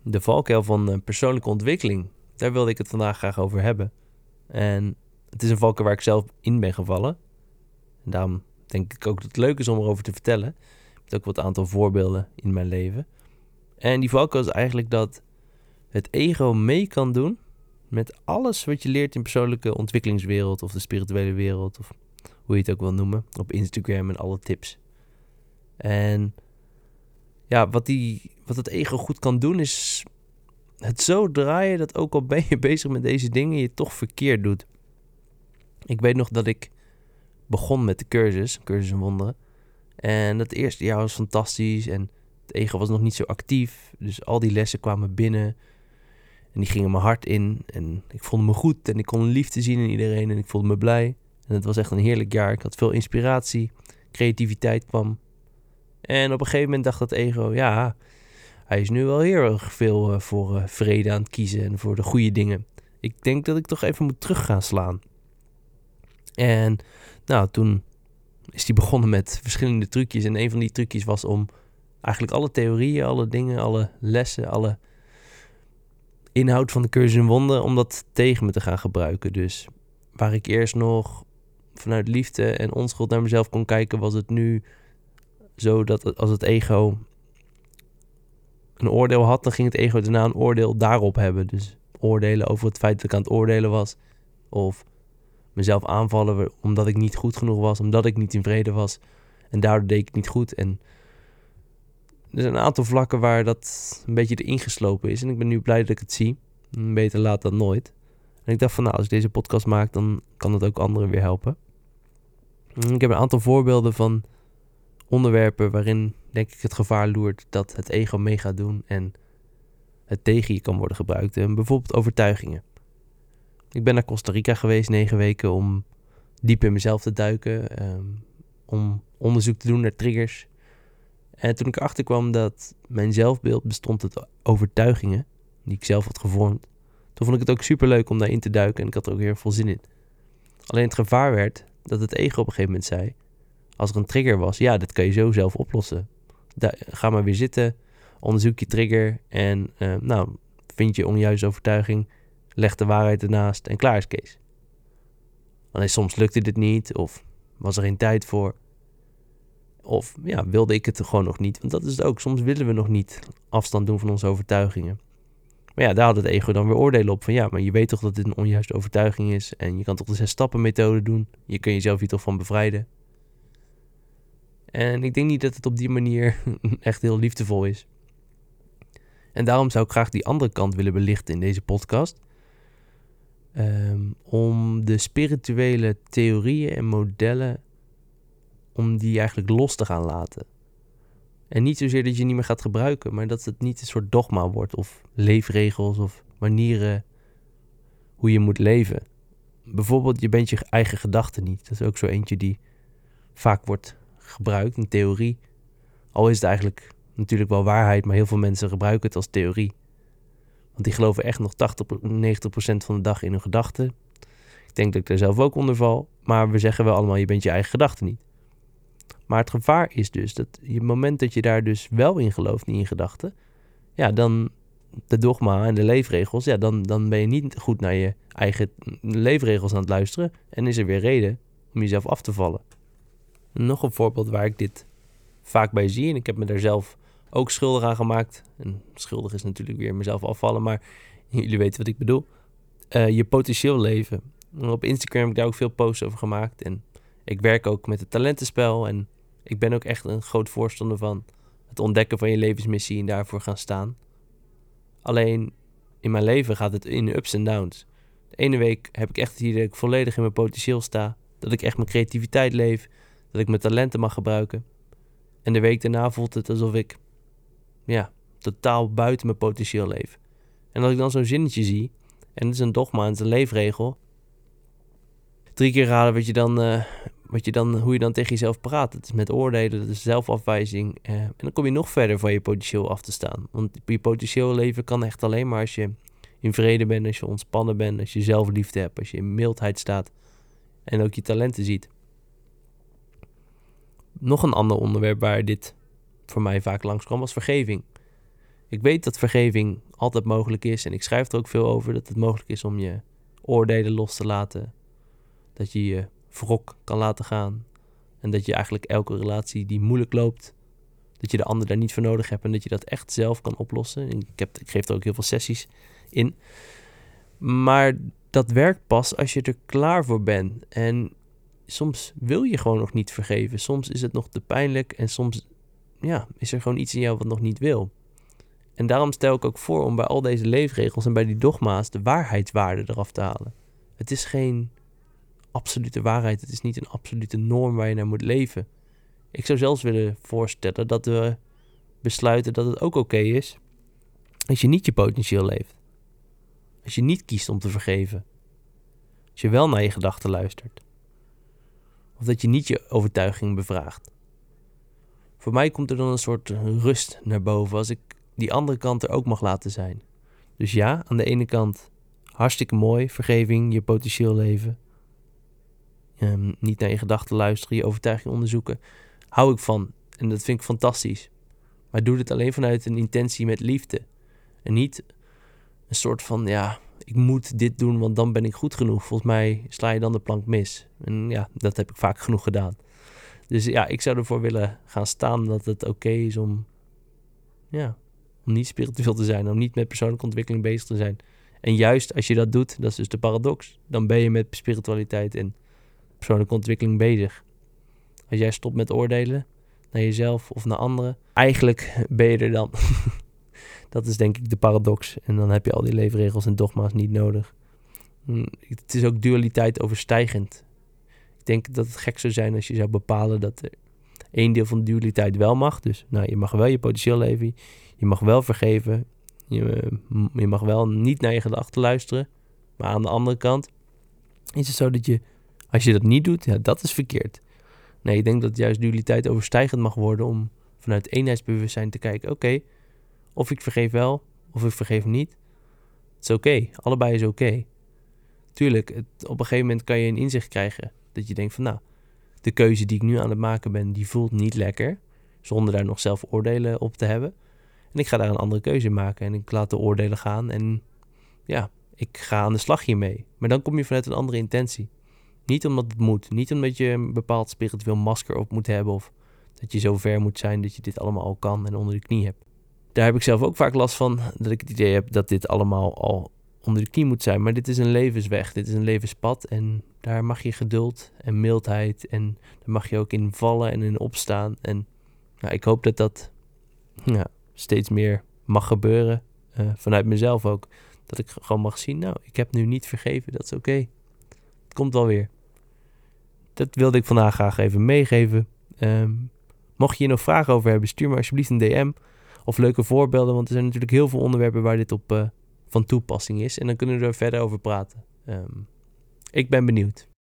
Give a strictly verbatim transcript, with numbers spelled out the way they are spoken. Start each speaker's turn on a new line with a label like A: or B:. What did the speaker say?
A: de valkuil van uh, persoonlijke ontwikkeling. Daar wilde ik het vandaag graag over hebben. En het is een valkuil waar ik zelf in ben gevallen. En daarom denk ik ook dat het leuk is om erover te vertellen. Ik heb ook wat aantal voorbeelden in mijn leven. En die valkuil is eigenlijk dat het ego mee kan doen met alles wat je leert in persoonlijke ontwikkelingswereld of de spirituele wereld, of hoe je het ook wil noemen, op Instagram en alle tips. En ja, wat, die, wat het ego goed kan doen is het zo draaien dat ook al ben je bezig met deze dingen, je het toch verkeerd doet. Ik weet nog dat ik begon met de cursus, cursus in wonderen. En dat eerste jaar was fantastisch en het ego was nog niet zo actief. Dus al die lessen kwamen binnen en die gingen mijn hart in. En ik voelde me goed en ik kon liefde zien in iedereen en ik voelde me blij. En het was echt een heerlijk jaar. Ik had veel inspiratie, creativiteit kwam. En op een gegeven moment dacht dat ego, ja, hij is nu wel heel erg veel uh, voor uh, vrede aan het kiezen en voor de goede dingen. Ik denk dat ik toch even moet terug gaan slaan. En nou, toen is hij begonnen met verschillende trucjes. En een van die trucjes was om eigenlijk alle theorieën, alle dingen, alle lessen, alle inhoud van de cursus in wonderen, om dat tegen me te gaan gebruiken. Dus waar ik eerst nog vanuit liefde en onschuld naar mezelf kon kijken, was het nu zo dat als het ego een oordeel had, dan ging het ego daarna een oordeel daarop hebben. Dus oordelen over het feit dat ik aan het oordelen was. Of mezelf aanvallen omdat ik niet goed genoeg was, omdat ik niet in vrede was. En daardoor deed ik het niet goed. En er zijn een aantal vlakken waar dat een beetje erin geslopen is. En ik ben nu blij dat ik het zie. Beter laat dan nooit. En ik dacht van, nou, als ik deze podcast maak, dan kan het ook anderen weer helpen. Ik heb een aantal voorbeelden van onderwerpen waarin, denk ik, het gevaar loert dat het ego mee gaat doen en het tegen je kan worden gebruikt. En bijvoorbeeld overtuigingen. Ik ben naar Costa Rica geweest, negen weken, om diep in mezelf te duiken. Um, om onderzoek te doen naar triggers. En toen ik erachter kwam dat mijn zelfbeeld bestond uit overtuigingen die ik zelf had gevormd, toen vond ik het ook superleuk om daarin te duiken en ik had er ook heel veel zin in. Alleen het gevaar werd dat het ego op een gegeven moment zei, als er een trigger was, ja, dat kan je zo zelf oplossen. Da- ga maar weer zitten, onderzoek je trigger en uh, nou, vind je onjuiste overtuiging, leg de waarheid ernaast en klaar is Kees. Alleen soms lukte dit niet of was er geen tijd voor. Of ja, wilde ik het gewoon nog niet. Want dat is het ook. Soms willen we nog niet afstand doen van onze overtuigingen. Maar ja, daar had het ego dan weer oordelen op. Van ja, maar je weet toch dat dit een onjuiste overtuiging is. En je kan toch de zes stappen methode doen. Je kan jezelf hier toch van bevrijden. En ik denk niet dat het op die manier echt heel liefdevol is. En daarom zou ik graag die andere kant willen belichten in deze podcast. Um, om de spirituele theorieën en modellen, om die eigenlijk los te gaan laten. En niet zozeer dat je niet meer gaat gebruiken, maar dat het niet een soort dogma wordt of leefregels of manieren hoe je moet leven. Bijvoorbeeld, je bent je eigen gedachten niet. Dat is ook zo eentje die vaak wordt gebruikt, een theorie. Al is het eigenlijk natuurlijk wel waarheid, maar heel veel mensen gebruiken het als theorie. Want die geloven echt nog tachtig tot negentig procent van de dag in hun gedachten. Ik denk dat ik daar zelf ook onder val, maar we zeggen wel allemaal, je bent je eigen gedachten niet. Maar het gevaar is dus dat op het moment dat je daar dus wel in gelooft, niet in gedachten, ja, dan de dogma en de leefregels, ja, dan, dan ben je niet goed naar je eigen leefregels aan het luisteren en is er weer reden om jezelf af te vallen. Nog een voorbeeld waar ik dit vaak bij zie, en ik heb me daar zelf ook schuldig aan gemaakt. En schuldig is natuurlijk weer mezelf afvallen, maar jullie weten wat ik bedoel. Uh, je potentieel leven. Op Instagram heb ik daar ook veel posts over gemaakt en ik werk ook met het talentenspel en ik ben ook echt een groot voorstander van het ontdekken van je levensmissie en daarvoor gaan staan. Alleen in mijn leven gaat het in ups en downs. De ene week heb ik echt het idee dat ik volledig in mijn potentieel sta. Dat ik echt mijn creativiteit leef. Dat ik mijn talenten mag gebruiken. En de week daarna voelt het alsof ik ja, totaal buiten mijn potentieel leef. En als ik dan zo'n zinnetje zie, en het is een dogma en het is een leefregel, drie keer raden wat je dan, uh, wat je dan, hoe je dan tegen jezelf praat. Het is met oordelen, dat is zelfafwijzing. Uh, en dan kom je nog verder van je potentieel af te staan. Want je potentieel leven kan echt alleen maar als je in vrede bent, als je ontspannen bent, als je zelfliefde hebt, als je in mildheid staat en ook je talenten ziet. Nog een ander onderwerp waar dit voor mij vaak langskwam was vergeving. Ik weet dat vergeving altijd mogelijk is. En ik schrijf er ook veel over dat het mogelijk is om je oordelen los te laten. Dat je je wrok kan laten gaan. En dat je eigenlijk elke relatie die moeilijk loopt, dat je de ander daar niet voor nodig hebt. En dat je dat echt zelf kan oplossen. Ik, heb, ik geef er ook heel veel sessies in. Maar dat werkt pas als je er klaar voor bent. En soms wil je gewoon nog niet vergeven. Soms is het nog te pijnlijk. En soms ja, is er gewoon iets in jou wat nog niet wil. En daarom stel ik ook voor om bij al deze leefregels en bij die dogma's de waarheidswaarde eraf te halen. Het is geen absolute waarheid. Het is niet een absolute norm waar je naar moet leven. Ik zou zelfs willen voorstellen dat we besluiten dat het ook oké is als je niet je potentieel leeft. Als je niet kiest om te vergeven. Als je wel naar je gedachten luistert. Of dat je niet je overtuiging bevraagt. Voor mij komt er dan een soort rust naar boven als ik die andere kant er ook mag laten zijn. Dus ja, aan de ene kant hartstikke mooi, vergeving, je potentieel leven. Um, niet naar je gedachten luisteren, je overtuiging onderzoeken. Hou ik van en dat vind ik fantastisch. Maar doe dit alleen vanuit een intentie met liefde. En niet een soort van, ja, ik moet dit doen, want dan ben ik goed genoeg. Volgens mij sla je dan de plank mis. En ja, dat heb ik vaak genoeg gedaan. Dus ja, ik zou ervoor willen gaan staan dat het oké is om, ja, om niet spiritueel te zijn, om niet met persoonlijke ontwikkeling bezig te zijn. En juist als je dat doet, dat is dus de paradox, dan ben je met spiritualiteit en persoonlijke ontwikkeling bezig. Als jij stopt met oordelen naar jezelf of naar anderen, eigenlijk ben je er dan. Dat is denk ik de paradox. En dan heb je al die leefregels en dogma's niet nodig. Het is ook dualiteit overstijgend. Ik denk dat het gek zou zijn als je zou bepalen dat er één deel van de dualiteit wel mag. Dus nou, je mag wel je potentieel leven. Je mag wel vergeven. Je, je mag wel niet naar je gedachten luisteren. Maar aan de andere kant is het zo dat je, als je dat niet doet, ja, dat is verkeerd. Nee, ik denk dat juist dualiteit overstijgend mag worden om vanuit eenheidsbewustzijn te kijken. Oké, okay, of ik vergeef wel, of ik vergeef niet. Het is oké, okay. Allebei is oké. Okay. Tuurlijk, het, op een gegeven moment kan je een inzicht krijgen. Dat je denkt van nou, de keuze die ik nu aan het maken ben, die voelt niet lekker. Zonder daar nog zelf oordelen op te hebben. En ik ga daar een andere keuze in maken. En ik laat de oordelen gaan. En ja, ik ga aan de slag hiermee. Maar dan kom je vanuit een andere intentie. Niet omdat het moet. Niet omdat je een bepaald spiritueel masker op moet hebben. Of dat je zo ver moet zijn dat je dit allemaal al kan en onder de knie hebt. Daar heb ik zelf ook vaak last van. Dat ik het idee heb dat dit allemaal al onder de knie moet zijn. Maar dit is een levensweg. Dit is een levenspad. En daar mag je geduld en mildheid. En daar mag je ook in vallen en in opstaan. En nou, ik hoop dat dat ja, steeds meer mag gebeuren. Uh, vanuit mezelf ook. Dat ik gewoon mag zien. Nou, ik heb nu niet vergeven. Dat is oké. Okay. Het komt wel weer. Dat wilde ik vandaag graag even meegeven. Um, mocht je hier nog vragen over hebben, stuur me alsjeblieft een D M. Of leuke voorbeelden, want er zijn natuurlijk heel veel onderwerpen waar dit op uh, van toepassing is. En dan kunnen we er verder over praten. Um, ik ben benieuwd.